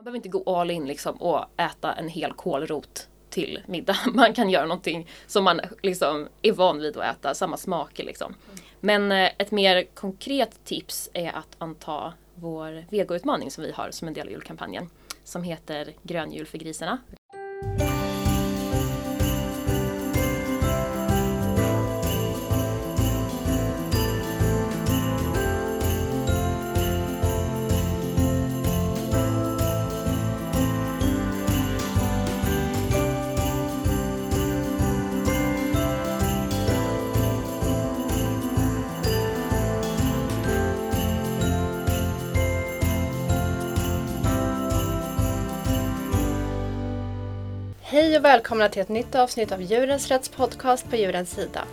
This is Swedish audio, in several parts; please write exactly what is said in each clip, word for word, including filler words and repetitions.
Man behöver inte gå all in liksom och äta en hel kålrot till middag. Man kan göra någonting som man liksom är van vid att äta, samma smaker liksom. Men ett mer konkret tips är att anta vår vegoutmaning som vi har som en del av julkampanjen. Som heter Grön jul för grisarna. Hej och välkomna till ett nytt avsnitt av Djurens Rätts podcast på Djurens sida.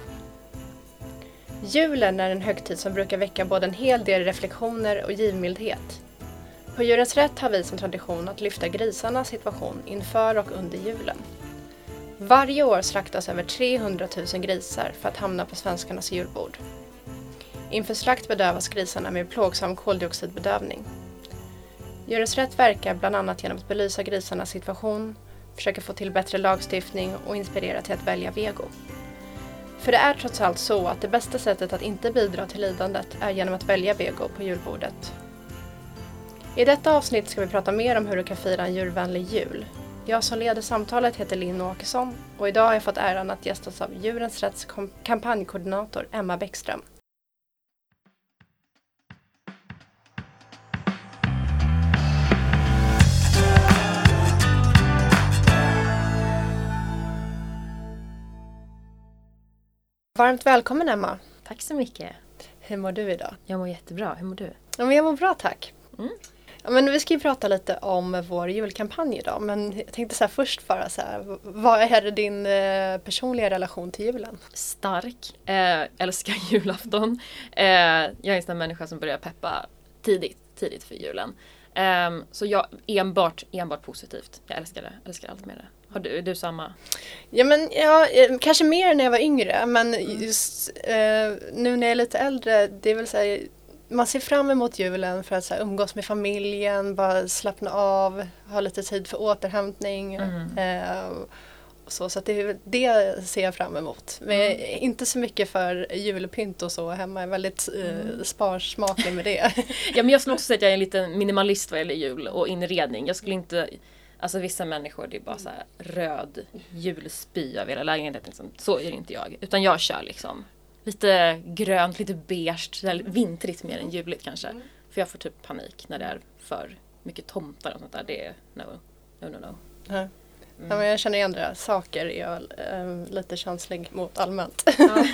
Julen är en högtid som brukar väcka både en hel del reflektioner och givmildhet. På Djurens Rätt har vi som tradition att lyfta grisarnas situation inför och under julen. Varje år slaktas över trehundratusen grisar för att hamna på svenskarnas julbord. Inför slakt bedövas grisarna med plågsam koldioxidbedövning. Djurens Rätt verkar bland annat genom att belysa grisarnas situation, försöka få till bättre lagstiftning och inspirera till att välja vego. För det är trots allt så att det bästa sättet att inte bidra till lidandet är genom att välja vego på julbordet. I detta avsnitt ska vi prata mer om hur du kan fira en djurvänlig jul. Jag som leder samtalet heter Linn Åkesson och idag har jag fått äran att gästas av Djurens Rätts kampanjkoordinator Emma Bäckström. Varmt välkommen Emma. Tack så mycket. Hur mår du idag? Jag mår jättebra. Hur mår du? Ja, men jag mår bra, tack. Mm. Ja, men vi ska ju prata lite om vår julkampanj idag. Men jag tänkte så här först bara så här, vad är din eh, personliga relation till julen? Stark. Eh, älskar julafton. Eh, jag är en sån människa som börjar peppa tidigt, tidigt för julen. Eh, så jag enbart, enbart positivt. Jag älskar det. Älskar allt med det. Har du, är du samma? Ja, men ja, kanske mer när jag var yngre, men just eh, nu när jag är lite äldre, det är väl så här, man ser fram emot julen för att så här, umgås med familjen, bara slappna av, ha lite tid för återhämtning mm. eh, och så, så att det, det ser jag fram emot. Men mm. inte så mycket för julpynt och så hemma, jag är väldigt eh, mm. sparsmaklig med det. Ja, men jag skulle också säga att jag är en liten minimalist vad gäller jul och inredning. Jag skulle inte... Alltså vissa människor, det är bara så här röd julspy av hela lägenheten. Liksom. Så är det inte jag. Utan jag kör liksom lite grönt, lite beige, vintrigt mer än juligt kanske. Mm. För jag får typ panik när det är för mycket tomtar och sånt där. Det är no, no, no, no. Ja. Mm. Ja, men jag känner igen andra saker. Jag är äh, lite känslig mot allmänt. Ja.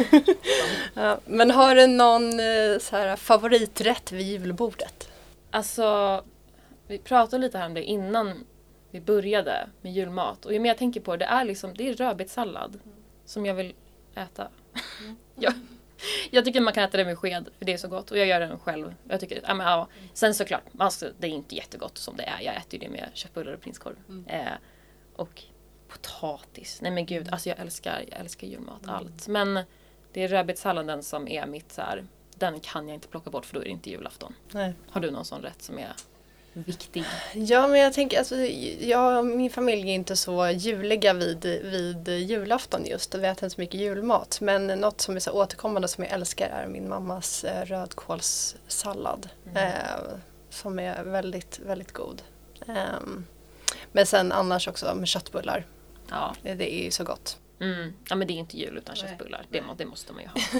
Ja, men har du någon äh, så här, favoriträtt vid julbordet? Alltså, vi pratade lite här om det innan vi började med julmat. Och ju mer jag tänker på det, det är liksom, det är rödbetssallad mm. som jag vill äta. Mm. jag, jag tycker man kan äta det med sked, för det är så gott. Och jag gör den själv. Jag tycker, ja, men, ja. Sen såklart, alltså, det är inte jättegott som det är. Jag äter ju det med köttbullar och prinskorv. Mm. Eh, och potatis. Nej men gud, alltså jag älskar, jag älskar julmat, mm. allt. Men det är rödbetssalladen som är mitt så här, den kan jag inte plocka bort för då är det inte julafton. Nej. Har du någon sån rätt som är viktig? Ja, men jag tänker, alltså, jag och min familj är inte så juliga vid, vid julafton just. Vi äter inte så mycket julmat. Men något som är så återkommande som jag älskar är min mammas eh, rödkålssallad. Mm. Eh, som är väldigt, väldigt god. Eh, men sen annars också med köttbullar. Ja. Det är ju så gott. Mm. Ja, men det är inte jul utan köttbullar. Det, det måste man ju ha.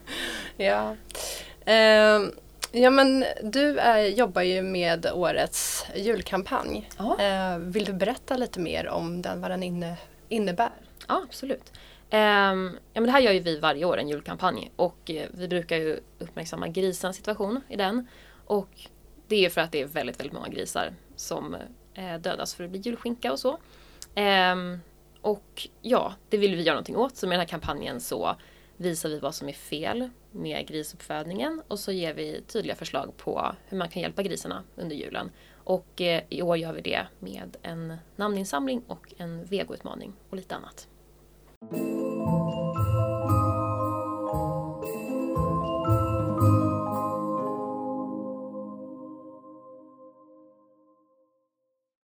Ja. Eh, Ja, men du är, jobbar ju med årets julkampanj. Eh, vill du berätta lite mer om den, vad den inne, innebär? Ja, absolut. Eh, ja, men det här gör ju vi varje år, en julkampanj. Och eh, vi brukar ju uppmärksamma grisens situation i den. Och det är ju för att det är väldigt, väldigt många grisar som eh, dödas för att bli julskinka och så. Eh, och ja, det vill vi göra någonting åt. Så med den här kampanjen så visar vi vad som är fel med grisuppfödningen och så ger vi tydliga förslag på hur man kan hjälpa grisarna under julen. Och eh, i år gör vi det med en namninsamling och en vegoutmaning och lite annat.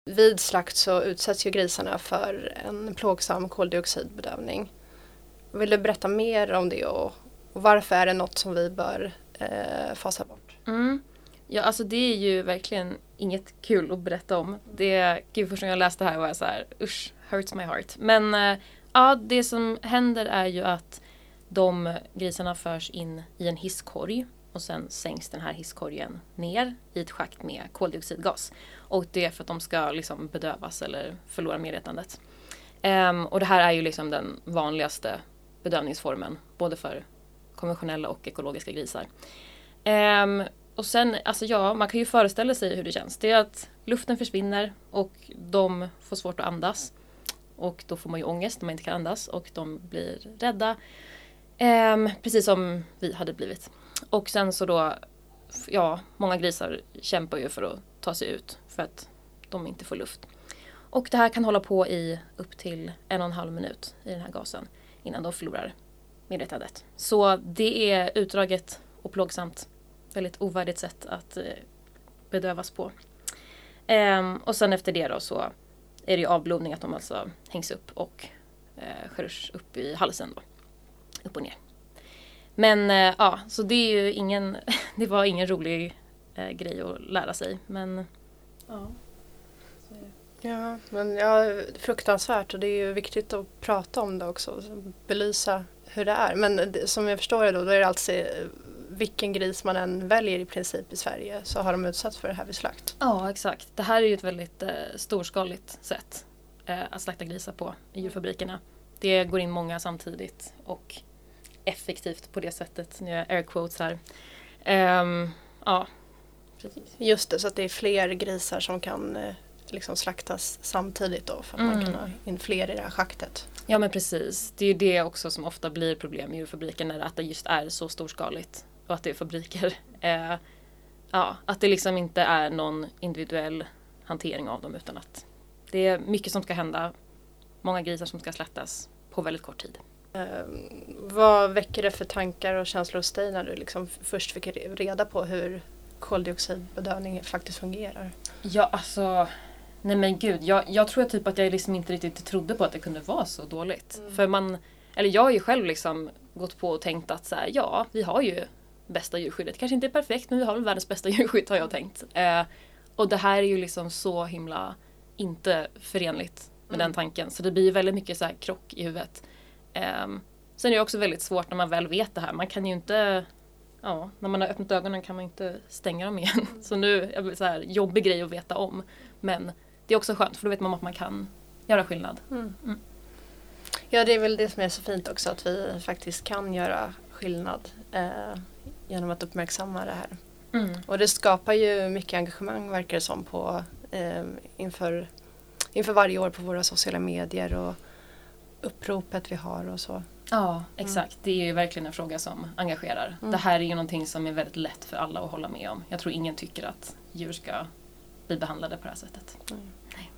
vid slakt så utsätts ju grisarna för en plågsam koldioxidbedövning. Vill du berätta mer om det och, och varför är det något som vi bör eh, fasa bort? Mm. Ja, alltså det är ju verkligen inget kul att berätta om. Det, gud, först när jag läste det här var jag så här, usch, hurts my heart. Men eh, ja, det som händer är ju att de grisarna förs in i en hisskorg och sen sänks den här hisskorgen ner i ett schakt med koldioxidgas. Och det är för att de ska liksom bedövas eller förlora medvetandet. Um, och det här är ju liksom den vanligaste bedövningsformen, både för konventionella och ekologiska grisar. Um, och sen, alltså ja, man kan ju föreställa sig hur det känns. Det är att luften försvinner och de får svårt att andas. Och då får man ju ångest när man inte kan andas och de blir rädda. Um, precis som vi hade blivit. Och sen så då, ja, många grisar kämpar ju för att ta sig ut för att de inte får luft. Och det här kan hålla på i upp till en och en halv minut i den här gasen innan de förlorar medvetandet. Så det är utdraget och plågsamt, väldigt ovärdigt sätt att eh, bedövas på. Ehm, och sen efter det då så är det ju avblodning, att de alltså hängs upp och eh, skärs upp i halsen då. Upp och ner. Men eh, ja, så det är ju ingen, det var ingen rolig eh, grej att lära sig. Men ja. Så är det. Ja, men ja, fruktansvärt, och det är ju viktigt att prata om det också. Belysa hur det är. Men det, som jag förstår det då, då är det alltså vilken gris man än väljer i princip i Sverige så har de utsatts för det här vid slakt. Ja, exakt. Det här är ju ett väldigt eh, storskaligt sätt eh, att slakta grisar på i djurfabrikerna. Det går in många samtidigt och effektivt på det sättet. Nu är jag air quotes här. Um, ja, precis. Just det, så att det är fler grisar som kan eh, liksom slaktas samtidigt då för att mm. man kan ha in fler i det här schaktet. Ja, men precis. Det är ju det också som ofta blir problem i djurfabriken, när att det just är så storskaligt och att det är fabriker. Eh, ja, att det liksom inte är någon individuell hantering av dem, utan att det är mycket som ska hända. Många grisar som ska slaktas på väldigt kort tid. Eh, vad väcker det för tankar och känslor hos dig när du liksom först fick reda på hur koldioxidbedövning faktiskt fungerar? Ja, alltså... Nej men gud, jag, jag tror typ att jag liksom inte riktigt trodde på att det kunde vara så dåligt. Mm. För man, eller jag har ju själv liksom gått på och tänkt att så här, ja, vi har ju bästa djurskyddet. Kanske inte är perfekt, men vi har väl världens bästa djurskydd, har jag tänkt. Eh, och det här är ju liksom så himla inte förenligt med mm. den tanken. Så det blir ju väldigt mycket så här krock i huvudet. Eh, sen är det också väldigt svårt när man väl vet det här. Man kan ju inte... Ja, när man har öppnat ögonen kan man inte stänga dem igen. Så nu är det så här jobbig grej att veta om. Men det är också skönt, för då vet man att man kan göra skillnad. Mm. Mm. Ja, det är väl det som är så fint också, att vi faktiskt kan göra skillnad eh, genom att uppmärksamma det här. Mm. Och det skapar ju mycket engagemang, verkar det som, på, eh, inför, inför varje år på våra sociala medier och uppropet vi har och så. Ja, exakt. Mm. Det är ju verkligen en fråga som engagerar. Mm. Det här är ju någonting som är väldigt lätt för alla att hålla med om. Jag tror ingen tycker att djur ska bli behandlade på det här sättet. Mm. Nej.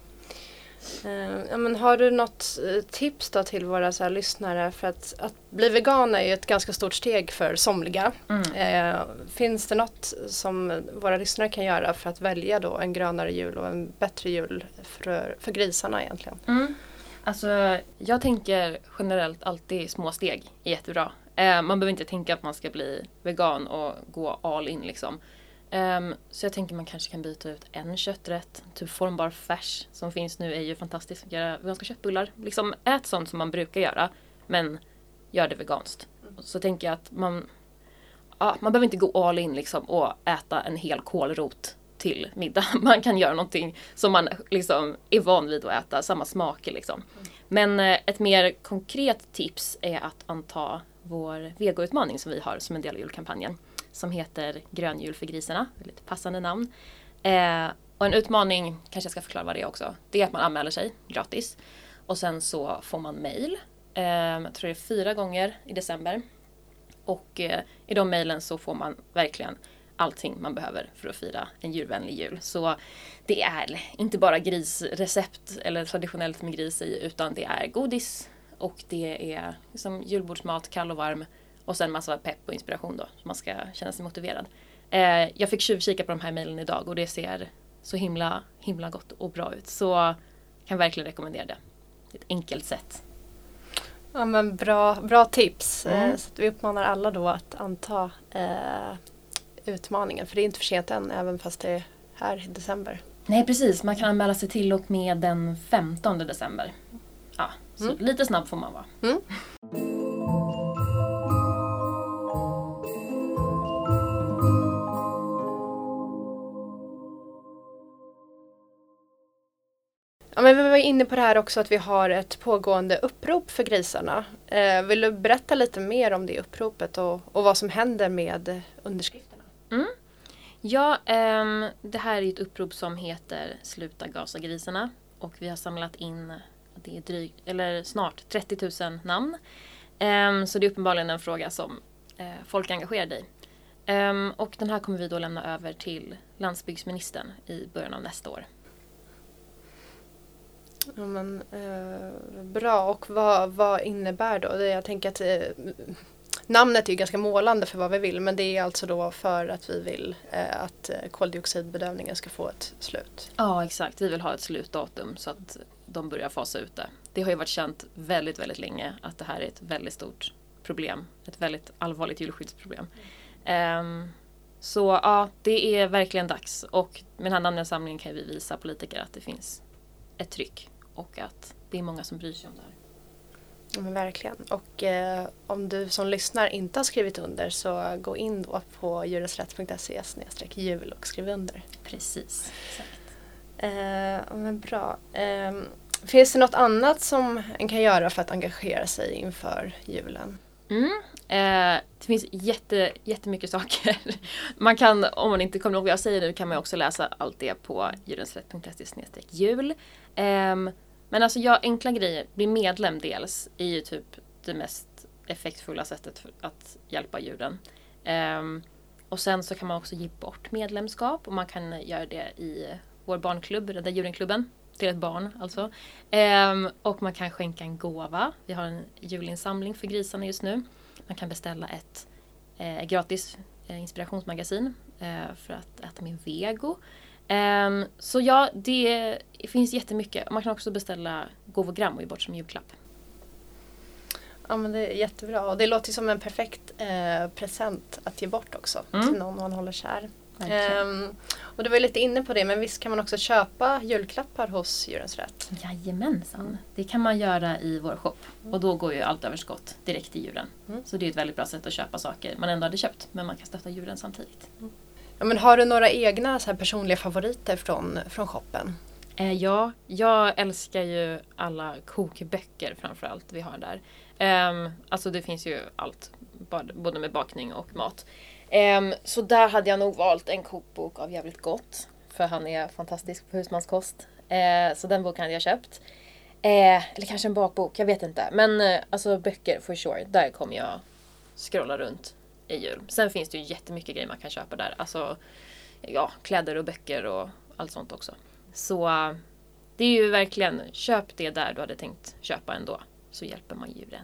Uh, ja, men har du något uh, tips då till våra så här, lyssnare? För att, att bli vegan är ju ett ganska stort steg för somliga. Mm. Uh, finns det något som våra lyssnare kan göra för att välja då en grönare jul och en bättre jul för, för grisarna egentligen? Mm. Alltså, jag tänker generellt alltid små steg är jättebra. Eh, man behöver inte tänka att man ska bli vegan och gå all in liksom. Um, så jag tänker man kanske kan byta ut en kötträtt. Typ formbar färs som finns nu är ju fantastiskt att göra veganska köttbullar. Liksom ät sånt som man brukar göra, men gör det veganskt. Så tänker jag att man, ja, man behöver inte gå all in liksom och äta en hel kålrot till middag. Man kan göra någonting som man liksom är van vid att äta, samma smaker liksom. Men eh, ett mer konkret tips är att anta vår vegoutmaning som vi har som en del av julkampanjen, som heter Grön jul för grisarna, lite passande namn. Eh, och en utmaning, kanske jag ska förklara vad det är också, det är att man anmäler sig gratis. Och sen så får man mejl, eh, jag tror det är fyra gånger i december. Och eh, i de mejlen så får man verkligen allting man behöver för att fira en djurvänlig jul. Så det är inte bara grisrecept eller traditionellt med gris i, utan det är godis och det är liksom julbordsmat, kall och varm. Och sen massa pepp och inspiration då, så man ska känna sig motiverad. Eh, jag fick tjuvkika på de här mejlen idag och det ser så himla, himla gott och bra ut. Så jag kan verkligen rekommendera det. Det är ett enkelt sätt. Ja, men bra, bra tips. Mm. Eh, så att vi uppmanar alla då att anta eh, utmaningen. För det är inte för sent än, även fast det är här i december. Nej, precis. Man kan anmäla sig till och med den femtonde december. Ja, så Mm. lite snabb får man vara. Mm. Ja, men vi var inne på det här också att vi har ett pågående upprop för grisarna. Eh, vill du berätta lite mer om det uppropet och, och vad som händer med underskrifterna? Mm. Ja, ehm, det här är ett upprop som heter Sluta gasa grisarna. Och vi har samlat in, det är dryg, eller snart trettio tusen namn. Ehm, så det är uppenbarligen en fråga som eh, folk engagerar i. Ehm, och den här kommer vi då lämna över till landsbygdsministern i början av nästa år. Ja, men, eh, bra, och vad, vad innebär då? Det, jag tänker att eh, namnet är ju ganska målande för vad vi vill, men det är alltså då för att vi vill eh, att koldioxidbedövningen ska få ett slut. Ja, exakt. Vi vill ha ett slutdatum så att de börjar fasa ut det. Det har ju varit känt väldigt, väldigt länge att det här är ett väldigt stort problem. Ett väldigt allvarligt djurskyddsproblem. Mm. Um, så ja, det är verkligen dags. Och med den här namninsamlingen kan vi visa politiker att det finns ett tryck. Och att det är många som bryr sig om det här. Ja, men verkligen. Och eh, om du som lyssnar inte har skrivit under så gå in då på djurensrätt punkt se snedstreck jul och skriv under. Precis, exakt. Eh, men bra. Eh, finns det något annat som en kan göra för att engagera sig inför julen? Mm. Eh, det finns jätte, jättemycket saker. Man kan, om man inte kommer ihåg vad jag säger nu, kan man också läsa allt det på djurensrätt punkt se snedstreck jul. Eh, men alltså, ja, enkla grejer. Bli medlem dels är ju typ det mest effektfulla sättet för att hjälpa djuren. Eh, och sen så kan man också ge bort medlemskap, och man kan göra det i vår barnklubb, Rädda djuren-klubben. Till ett barn alltså. Ehm, och man kan skänka en gåva. Vi har en julinsamling för grisarna just nu. Man kan beställa ett eh, gratis eh, inspirationsmagasin eh, för att äta min vego. Ehm, så ja, det finns jättemycket. Man kan också beställa gåvogram och ge bort som julklapp. Ja, men det är jättebra. Och det låter som en perfekt eh, present att ge bort också Mm. till någon man håller kär. Verkligen. Um, och du var lite inne på det, men visst kan man också köpa julklappar hos Djurens Rätt? Jajamensan. Mm. Det kan man göra i vår shop. Och då går ju allt överskott direkt till djuren. Mm. Så det är ett väldigt bra sätt att köpa saker man ändå hade köpt. Men man kan stötta djuren samtidigt. Ja, men har du några egna så här, personliga favoriter från, från shoppen? Eh, ja, jag älskar ju alla kokböcker framförallt vi har där. Eh, alltså det finns ju allt, både med bakning och mat. Um, så där hade jag nog valt en kokbok av Jävligt Gott. För han är fantastisk på husmanskost. Uh, så den boken hade jag köpt. Uh, eller kanske en bakbok, jag vet inte. Men uh, alltså böcker for sure. Där kommer jag scrolla runt i jul. Sen finns det ju jättemycket grejer man kan köpa där. Alltså ja, kläder och böcker och allt sånt också. Så uh, det är ju verkligen, köp det där du hade tänkt köpa ändå. Så hjälper man djuren.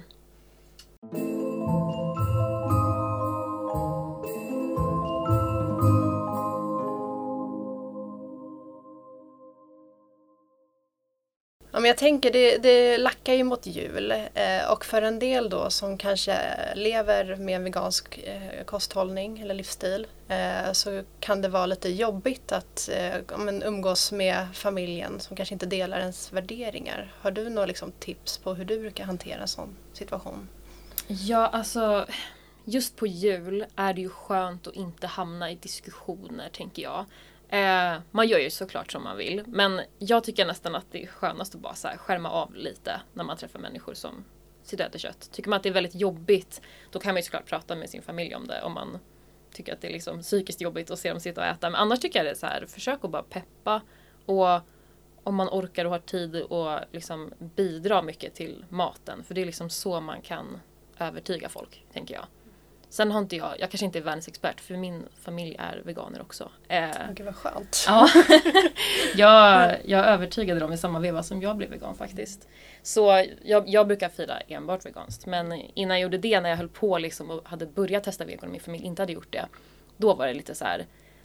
Ja, men jag tänker, det, det lackar ju mot jul eh, och för en del då som kanske lever med en vegansk eh, kosthållning eller livsstil eh, så kan det vara lite jobbigt att eh, men, umgås med familjen som kanske inte delar ens värderingar. Har du några liksom, tips på hur du brukar hantera en sån situation? Ja, alltså just på jul är det ju skönt att inte hamna i diskussioner, tänker jag. Eh, man gör ju såklart som man vill, men jag tycker nästan att det är skönast att bara så här skärma av lite när man träffar människor som sitter och äter kött. Tycker man att det är väldigt jobbigt, då kan man ju såklart prata med sin familj om det, om man tycker att det är liksom psykiskt jobbigt att se dem sitta och äta. Men annars tycker jag det är så här, försök att bara peppa, och om man orkar och har tid och liksom bidra mycket till maten, för det är liksom så man kan övertyga folk, tänker jag. Sen har inte jag, jag kanske inte är världens expert, för min familj är veganer också. Eh, Gud vad skönt. ja, jag, jag övertygade dem i samma veva som jag blev vegan faktiskt. Så jag, jag brukar fira enbart veganskt. Men innan jag gjorde det, när jag höll på liksom och hade börjat testa vegan och min familj inte hade gjort det, då var det lite så här,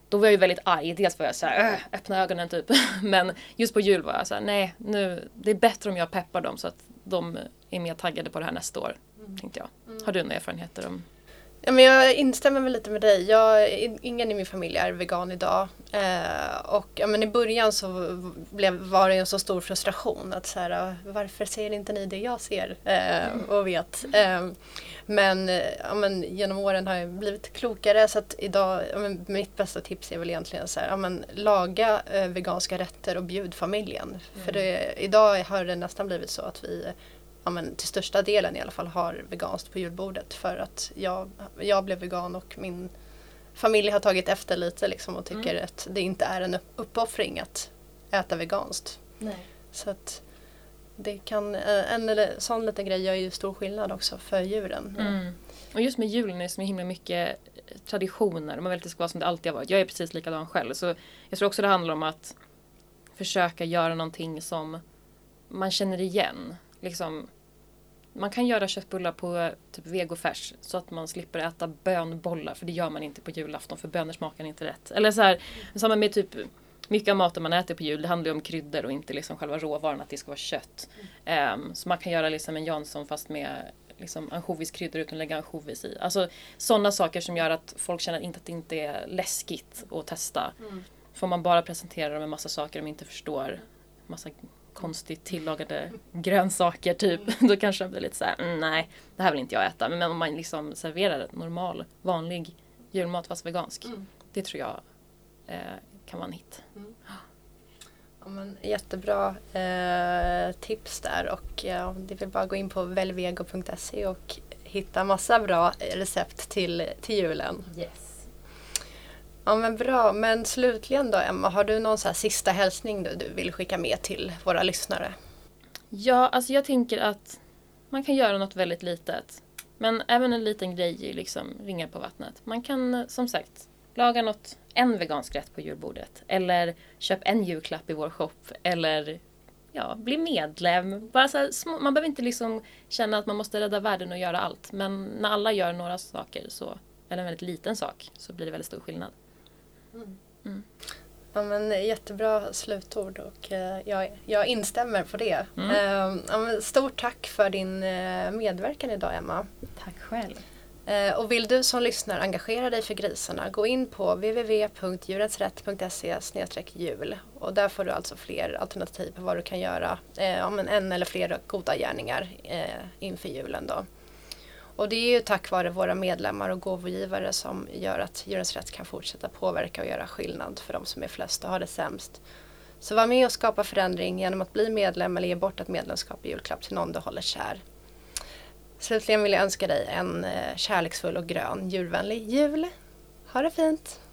då var jag ju väldigt arg. Dels var jag så här, äh, öppna ögonen typ. Men just på jul var jag så här, nej, nu, det är bättre om jag peppar dem så att de är mer taggade på det här nästa år, mm. tänkte jag. Mm. Har du några erfarenheter om? Ja, men jag instämmer väl lite med dig. Jag, ingen i min familj är vegan idag. Eh, och ja, men i början så blev, var det en så stor frustration. Att så här, varför ser inte ni det jag ser eh, och vet? Eh, men, ja, men genom åren har jag blivit klokare. Så att idag, ja, men mitt bästa tips är väl egentligen så här, ja, men laga eh, veganska rätter och bjud familjen. Mm. För det, idag har det nästan blivit så att vi... Ja, men till största delen i alla fall har veganskt på julbordet för att jag, jag blev vegan och min familj har tagit efter lite liksom och tycker mm. att det inte är en uppoffring att äta veganskt. Nej. Så att det kan, en eller, sån liten grej gör ju stor skillnad också för djuren. Mm. Och just med julen är det så himla mycket traditioner. Man vill att det ska vara som det alltid har varit. Jag är precis likadan själv. Så jag tror också det handlar om att försöka göra någonting som man känner igen. Liksom, man kan göra köttbullar på typ vegofärs så att man slipper äta bönbollar, för det gör man inte på julafton för bönor smakar inte rätt. Eller så här, samma med typ mycket av maten man äter på jul, det handlar ju om kryddor och inte liksom själva råvaran, att det ska vara kött. Mm. Um, så man kan göra liksom en Jansson fast med liksom ansjoviskryddor utan att lägga ansjovis i. Alltså sådana saker som gör att folk känner inte att det inte är läskigt att testa. Mm. Får man bara presentera dem med massa saker de inte förstår, massa konstigt tillagade grönsaker typ, då kanske det blir lite så här, mm, nej, det här vill inte jag äta. Men om man liksom serverar normal, vanlig julmat fast vegansk, mm. det tror jag eh, kan vara en hit. Mm. Ja, men jättebra eh, tips där, och ja, det vill bara gå in på välvego punkt se och hitta massa bra recept till, till julen. Yes. Ja, men bra. Men slutligen då, Emma, har du någon så här sista hälsning du, du vill skicka med till våra lyssnare? Ja, alltså jag tänker att man kan göra något väldigt litet. Men även en liten grej är liksom ringar på vattnet. Man kan som sagt laga något, en vegansk rätt på julbordet. Eller köp en julklapp i vår shop. Eller ja, bli medlem. Bara så här, små, man behöver inte liksom känna att man måste rädda världen och göra allt. Men när alla gör några saker, så, eller en väldigt liten sak, så blir det väldigt stor skillnad. Mm. Mm. Ja, men jättebra slutord, och eh, jag, jag instämmer på det. Mm. Eh, ja, men stort tack för din eh, medverkan idag, Emma. Tack själv. Eh, och vill du som lyssnar engagera dig för grisarna, gå in på w w w punkt djurensrätt punkt se slash jul, och där får du alltså fler alternativ på vad du kan göra, eh, ja, men en eller flera goda gärningar eh, inför julen då. Och det är ju tack vare våra medlemmar och gåvogivare som gör att Djurens Rätt kan fortsätta påverka och göra skillnad för de som är flest och har det sämst. Så var med och skapa förändring genom att bli medlem eller ge bort ett medlemskap i julklapp till någon du håller kär. Slutligen vill jag önska dig en kärleksfull och grön, djurvänlig jul. Ha det fint!